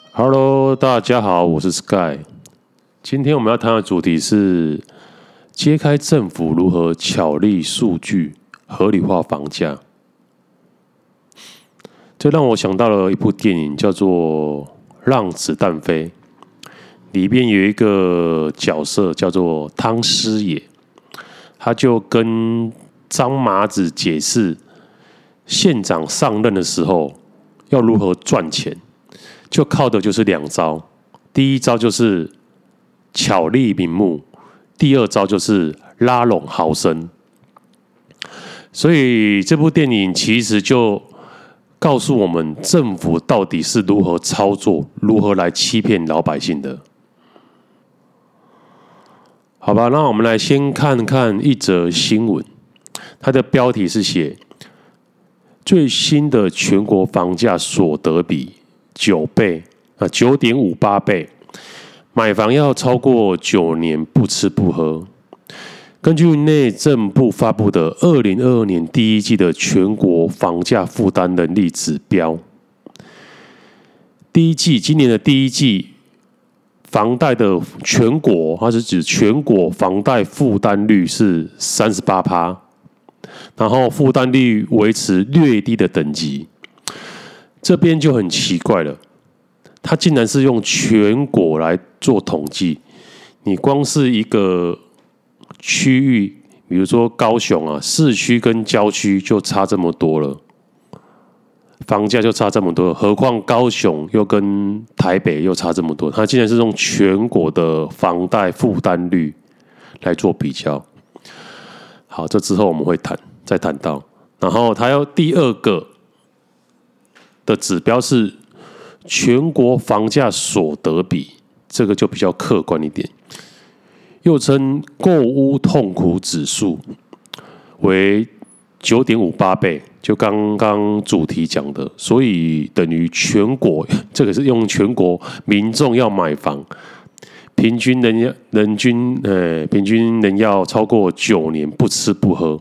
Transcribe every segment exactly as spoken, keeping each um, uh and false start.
Hello，大家好，我是 Sky。今天我们要谈的主题是揭开政府如何巧立数据合理化房价。这让我想到了一部电影，叫做《让子弹飞》，里面有一个角色叫做汤师爷，他就跟张麻子解释县长上任的时候要如何赚钱。就靠的就是两招，第一招就是巧立名目，第二招就是拉拢豪绅。所以这部电影其实就告诉我们，政府到底是如何操作，如何来欺骗老百姓的。好吧，那我们来先看看一则新闻，它的标题是写最新的全国房价所得比。九倍啊，九点五八倍，买房要超过九年不吃不喝。根据内政部发布的二零二二年第一季的全国房价负担能力指标，第一季今年的第一季房贷的全国，它是指全国房贷负担率是三十八趴，然后负担率维持略低的等级。这边就很奇怪了，它竟然是用全国来做统计。你光是一个区域，比如说高雄啊，市区跟郊区就差这么多了，房价就差这么多了，何况高雄又跟台北又差这么多，它竟然是用全国的房贷负担率来做比较。好，这之后我们会谈，再谈到。然后它要第二个的指标是全国房价所得比，这个就比较客观一点，又称购屋痛苦指数，为九点五八倍，就刚刚主题讲的，所以等于全国，这个是用全国民众要买房，平均人人均呃平均人要超过九年不吃不喝。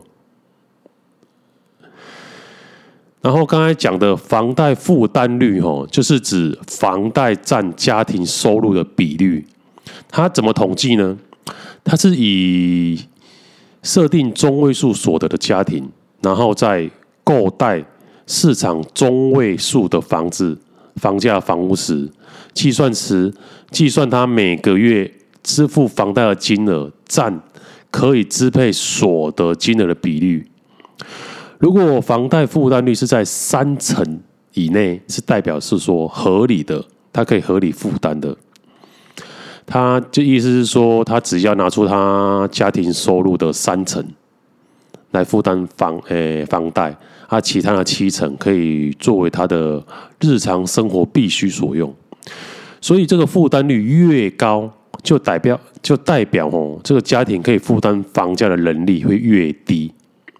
然后刚才讲的房贷负担率，就是指房贷占家庭收入的比率。它怎么统计呢？它是以设定中位数所得的家庭，然后在购贷市场中位数的房子房价房屋时，计算时计算它每个月支付房贷的金额占可以支配所得金额的比率。如果房贷负担率是在三成以内，是代表是说合理的，它可以合理负担的。他就意思是说，他只要拿出他家庭收入的三成来负担房诶房贷，啊，其他的七成可以作为他的日常生活必须所用。所以这个负担率越高，就代表就代表哦，这个家庭可以负担房价的能力会越低。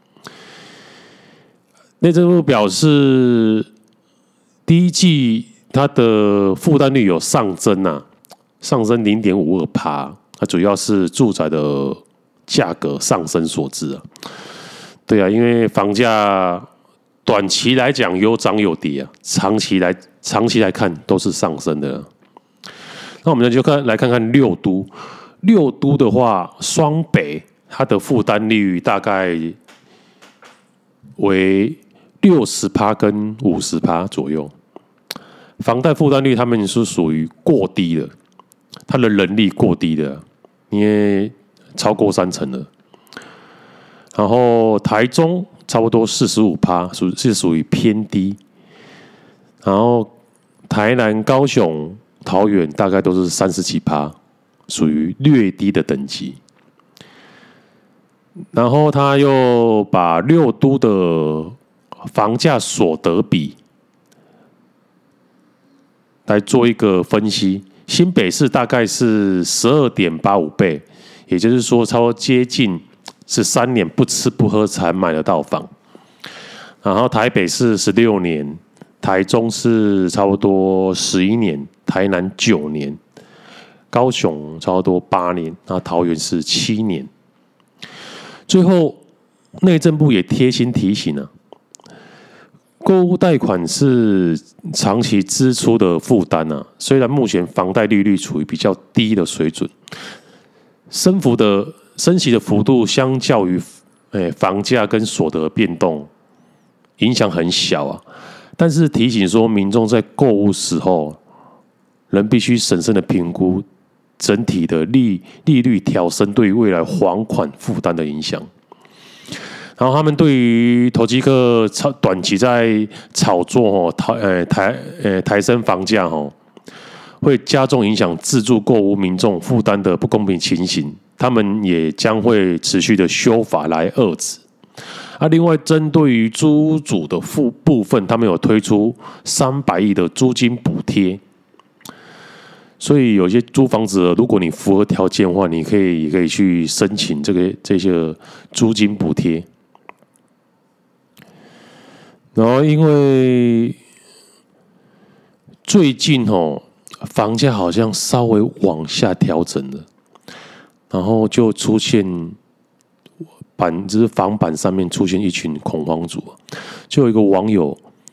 内政部表示，第一季它的负担率有上增啊，上升零点五二趴，它主要是住宅的价格上升所致啊。对啊，因为房价短期来讲有涨有跌啊，长期来长期来看都是上升的啊。那我们就看来看看六都，六都的话，双北它的负担率大概为六十趴跟五十趴左右，房贷负担率他们是属于过低的，他的能力过低的，因为超过三成了。然后台中差不多四十五趴，是属于偏低。然后台南、高雄、桃园大概都是三十几趴，属于略低的等级。然后他又把六都的房价所得比来做一个分析，新北市大概是十二点八五倍，也就是说差不多接近是三年不吃不喝才买得到房。然后台北市十六年，台中是差不多十一年，台南九年，高雄差不多八年，那桃园是七年。最后内政部也贴心提醒啊， 购物贷款是长期支出的负担啊，虽然目前房贷利率处于比较低的水准，升幅的升息的幅度相较于诶房价跟所得变动影响很小啊。但是提醒说，民众在购物时候，仍必须审慎的评估整体的利利率调升对于未来还款负担的影响。然后他们对于投机客炒短期在炒作哦台呃台呃抬升房价哦，会加重影响自住购物民众负担的不公平情形，他们也将会持续的修法来遏止。啊，另外针对于租屋主的部部分，他们有推出三百亿的租金补贴。所以有些租房子，如果你符合条件的话，你可以也可以去申请这个这些租金补贴。然后因为最近哦，房价好像稍微往下调整了，然后就出现板就是房板上面出现一群恐慌族，就有一个网友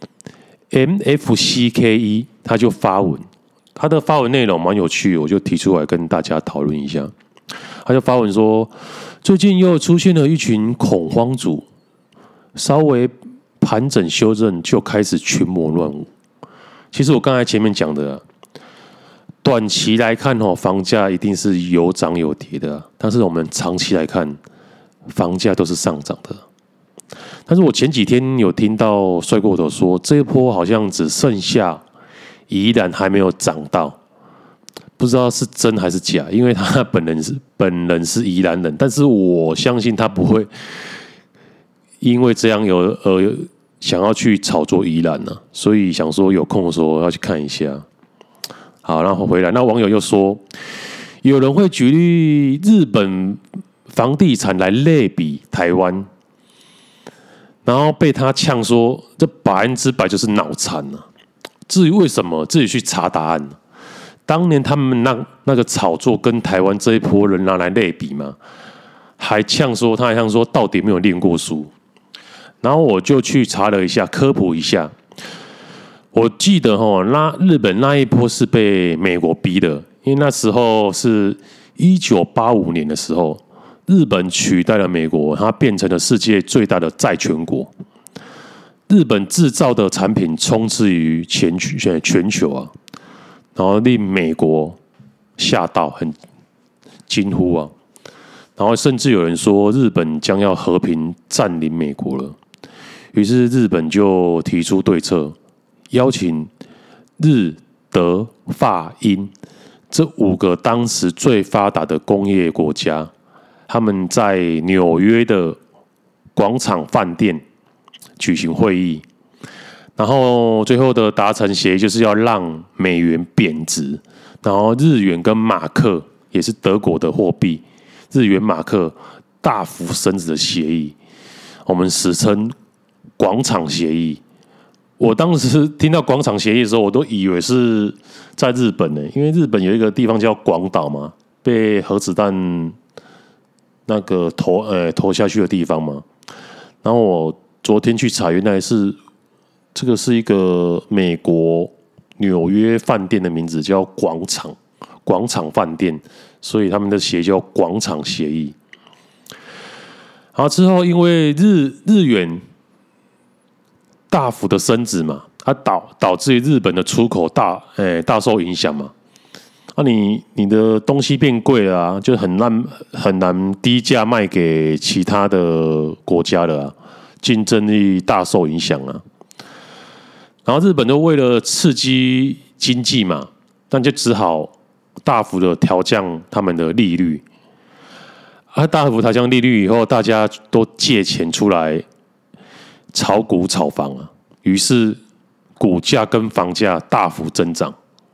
M F C K E 他就发文。他的发文内容蛮有趣，我就提出来跟大家讨论一下。他就发文说，最近又出现了一群恐慌族，稍微盘整修正就开始群魔乱舞。其实我刚才前面讲的、啊，短期来看哦，房价一定是有涨有跌的、啊，但是我们长期来看，房价都是上涨的。但是我前几天有听到帅过头说，这一波好像只剩下宜兰还没有涨到，不知道是真还是假，因为他本人是本人是宜兰人，但是我相信他不会因为这样有呃想要去炒作宜兰呢、啊，所以想说有空的时候要去看一下。好，然后回来，那网友又说，有人会举例日本房地产来类比台湾，然后被他呛说，这百分之百就是脑残啊。至于为什么，自己去查答案。当年他们那那个炒作跟台湾这一波人拿来类比嘛，还呛说，他还呛说，到底没有念过书。然后我就去查了一下，科普一下。我记得哈，那日本那一波是被美国逼的，因为那时候是一九八五年的时候，日本取代了美国，它变成了世界最大的债权国。日本制造的产品充斥于全全球啊，然后令美国吓到，很惊呼啊，然后甚至有人说日本将要和平占领美国了，于是日本就提出对策，邀请日、德、法、英这五个当时最发达的工业国家，他们在纽约的广场饭店举行会议，然后最后的达成协议就是要让美元贬值，然后日元跟马克也是德国的货币，日元马克大幅升值的协议，我们史称广场协议。我当时听到广场协议的时候，我都以为是在日本呢，因为日本有一个地方叫广岛嘛，被核子弹那个投呃投下去的地方嘛，然后我昨天去查，原来是这个是一个美国纽约饭店的名字，叫广场广场饭店，所以他们的协议叫广场协议。然后之后因为日日元大幅的升值嘛，它导导致于日本的出口大诶、欸、大受影响嘛。啊你，你的东西变贵了啊，就很难很难低价卖给其他的国家了啊。竞争力大受影响啊，然后日本就为了刺激经济嘛，那就只好大幅的调降他们的利率。啊，大幅调降利率以后，大家都借钱出来炒股炒房啊，于是股价跟房价大幅增长，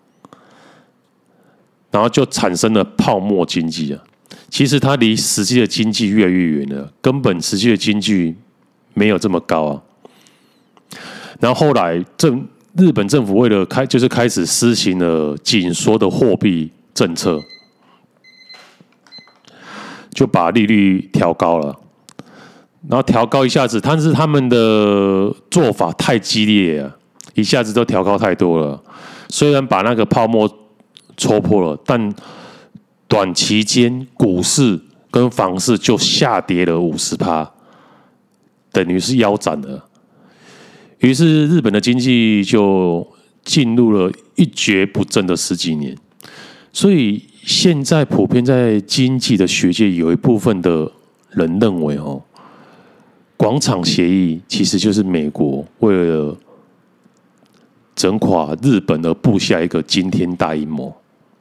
然后就产生了泡沫经济啊。其实它离实际的经济越来越远了，根本实际的经济没有这么高啊。然后后来政日本政府为了开就是开始施行了紧缩的货币政策，就把利率调高了。 然后调高一下子，但是他们的做法太激烈了，一下子都调高太多了。虽然把那个泡沫戳破了，但短期间股市跟房市就下跌了 百分之五十， 等于是腰斩了。于是日本的经济就进入了一蹶不振的十几年。所以现在普遍在经济的学界有一部分的人认为，哦，广场协议其实就是美国为了整垮日本而布下一个惊天大阴谋。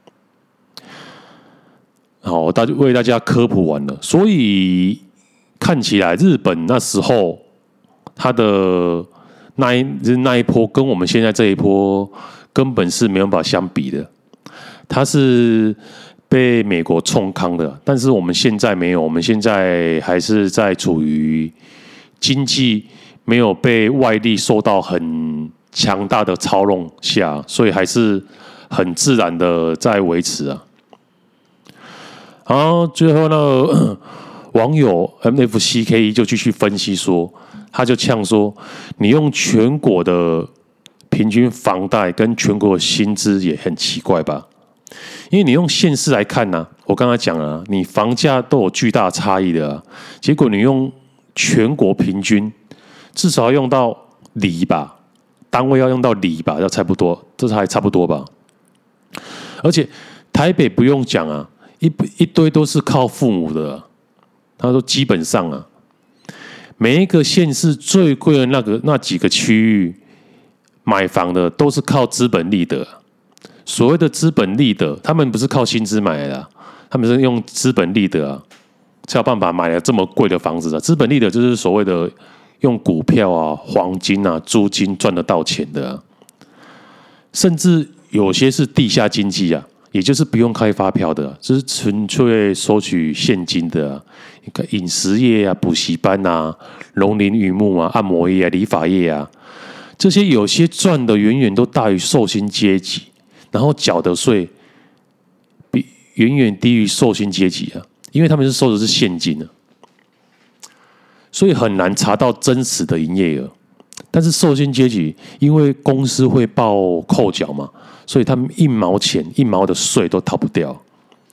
好，大为大家科普完了，所以看起来日本那时候它的那一那一波跟我们现在这一波根本是没有办法相比的，它是被美国冲康的，但是我们现在没有，我们现在还是在处于经济没有被外力受到很强大的操弄下，所以还是很自然的在维持啊。然后最后那个网友 M F C K E 就继续分析说，他就呛说，你用全国的平均房贷跟全国的薪资也很奇怪吧？因为你用县市来看呢、啊，我刚才讲了，你房价都有巨大差异的、啊，结果你用全国平均，至少要用到里吧，单位要用到里吧，要差不多，这还差不多吧。而且台北不用讲啊，一一堆都是靠父母的、啊。他说基本上啊，每一个县市最贵的那个那几个区域买房的都是靠资本利得、啊。所谓的资本利得，他们不是靠薪资买的、啊，他们是用资本利得啊，才有办法买了这么贵的房子啊。资本利得就是所谓的用股票啊、黄金啊、租金赚得到钱的、啊，甚至有些是地下经济啊，也就是不用开发票的、啊，就是纯粹收取现金的、啊。饮食业啊、补习班啊、农林渔牧啊、按摩业啊、理发业啊，这些有些赚的远远都大于受薪阶级。然后缴的税比远远低于受薪阶级啊，因为他们是收的是现金啊，所以很难查到真实的营业额。但是受薪阶级因为公司会报扣缴嘛，所以他们一毛钱一毛的税都逃不掉。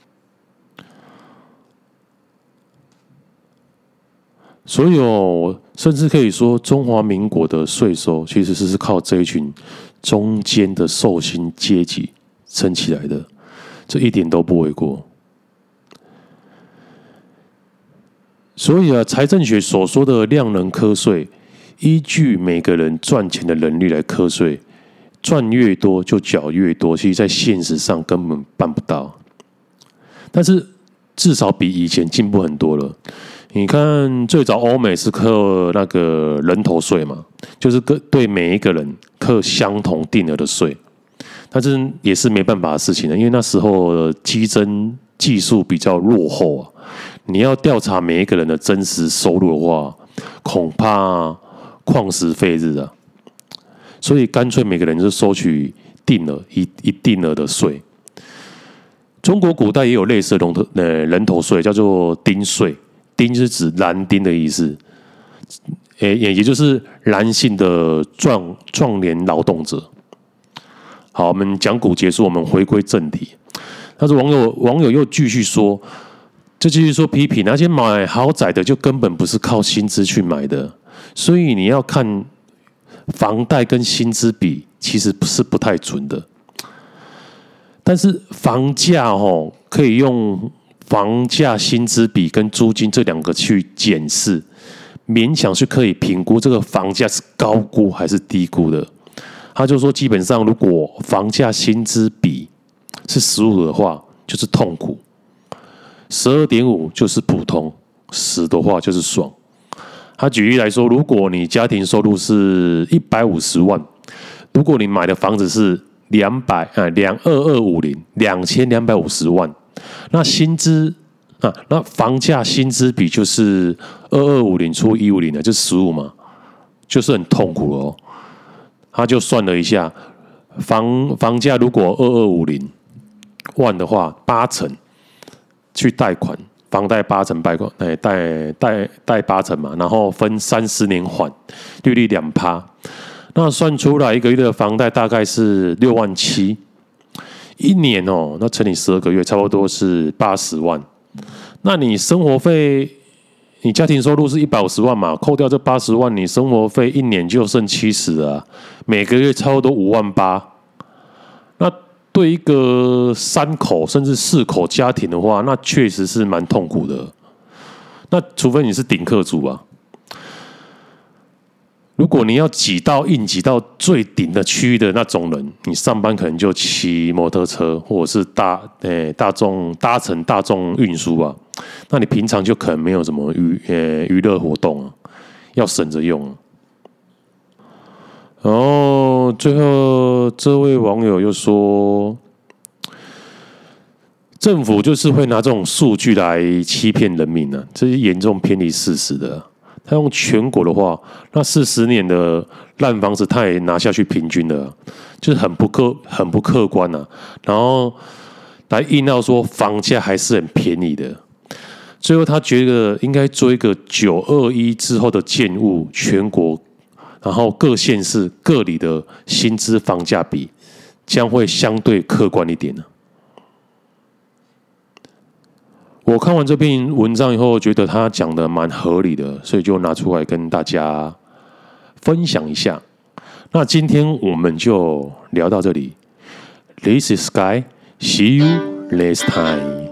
所以哦，甚至可以说，中华民国的税收其实是靠这一群中间的受薪阶级撑起来的，这一点都不为过。所以啊，财政学所说的量能课税，依据每个人赚钱的能力来课税，赚越多就缴越多，其实在现实上根本办不到。但是至少比以前进步很多了。你看，最早欧美是课那个人头税嘛，就是对每一个人课相同定额的税，但是也是没办法的事情了，因为那时候基征技术比较落后啊，你要调查每一个人的真实收入的话，恐怕旷时费日啊，所以干脆每个人就收取定额一一定额的税。中国古代也有类似的人头呃人头税，叫做丁税。丁是指男丁的意思，也也就是男性的壮壮年劳动者。好，我们讲古结束，我们回归正题。但是网友网友又继续说，就继续说批评那些买豪宅的，就根本不是靠薪资去买的，所以你要看房贷跟薪资比，其实不是不太准的。但是房价哦，可以用房价、薪资比跟租金这两个去检视，勉强是可以评估这个房价是高估还是低估的。他就说，基本上如果房价薪资比是十五的话，就是痛苦；十二点五就是普通；十的话就是爽。他举例来说，如果你家庭收入是一百五十万，如果你买的房子是两百啊两二二五零两千两百五十万。那薪资啊，那房价薪资比就是二二五零除一五零的，就十五嘛，就是很痛苦了哦。他就算了一下，房房价如果二二五零万的话，八成去贷款房贷八成贷款，哎，贷贷贷八成嘛，然后分三十年还，利率两趴，那算出来一个月的房贷大概是六万七，一年哦，那乘以十二个月，差不多是八十万。那你生活费，你家庭收入是一百五十万嘛，扣掉这八十万，你生活费一年就剩七十了、啊，每个月差不多五万八。那对一个三口甚至四口家庭的话，那确实是蛮痛苦的。那除非你是顶客族啊，如果你要挤到硬挤到最顶的区域的那种人，你上班可能就骑摩托车或者是大诶、大众搭乘大众运输啊，那你平常就可能没有什么娱诶娱乐活动啊，要省着用啊。然后最后这位网友又说，政府就是会拿这种数据来欺骗人民啊，这是严重偏离事实的、啊。他用全国的话，那四十年的烂房子他也拿下去平均了、啊，就是很不客很不客观啊。然后来硬要说房价还是很便宜的。最后他觉得应该做一个九二一之后的建物全国。然后各县市各里的薪资房价比将会相对客观一点呢。我看完这篇文章以后，觉得他讲的蛮合理的，所以就拿出来跟大家分享一下。那今天我们就聊到这里。This is Sky. See you next time.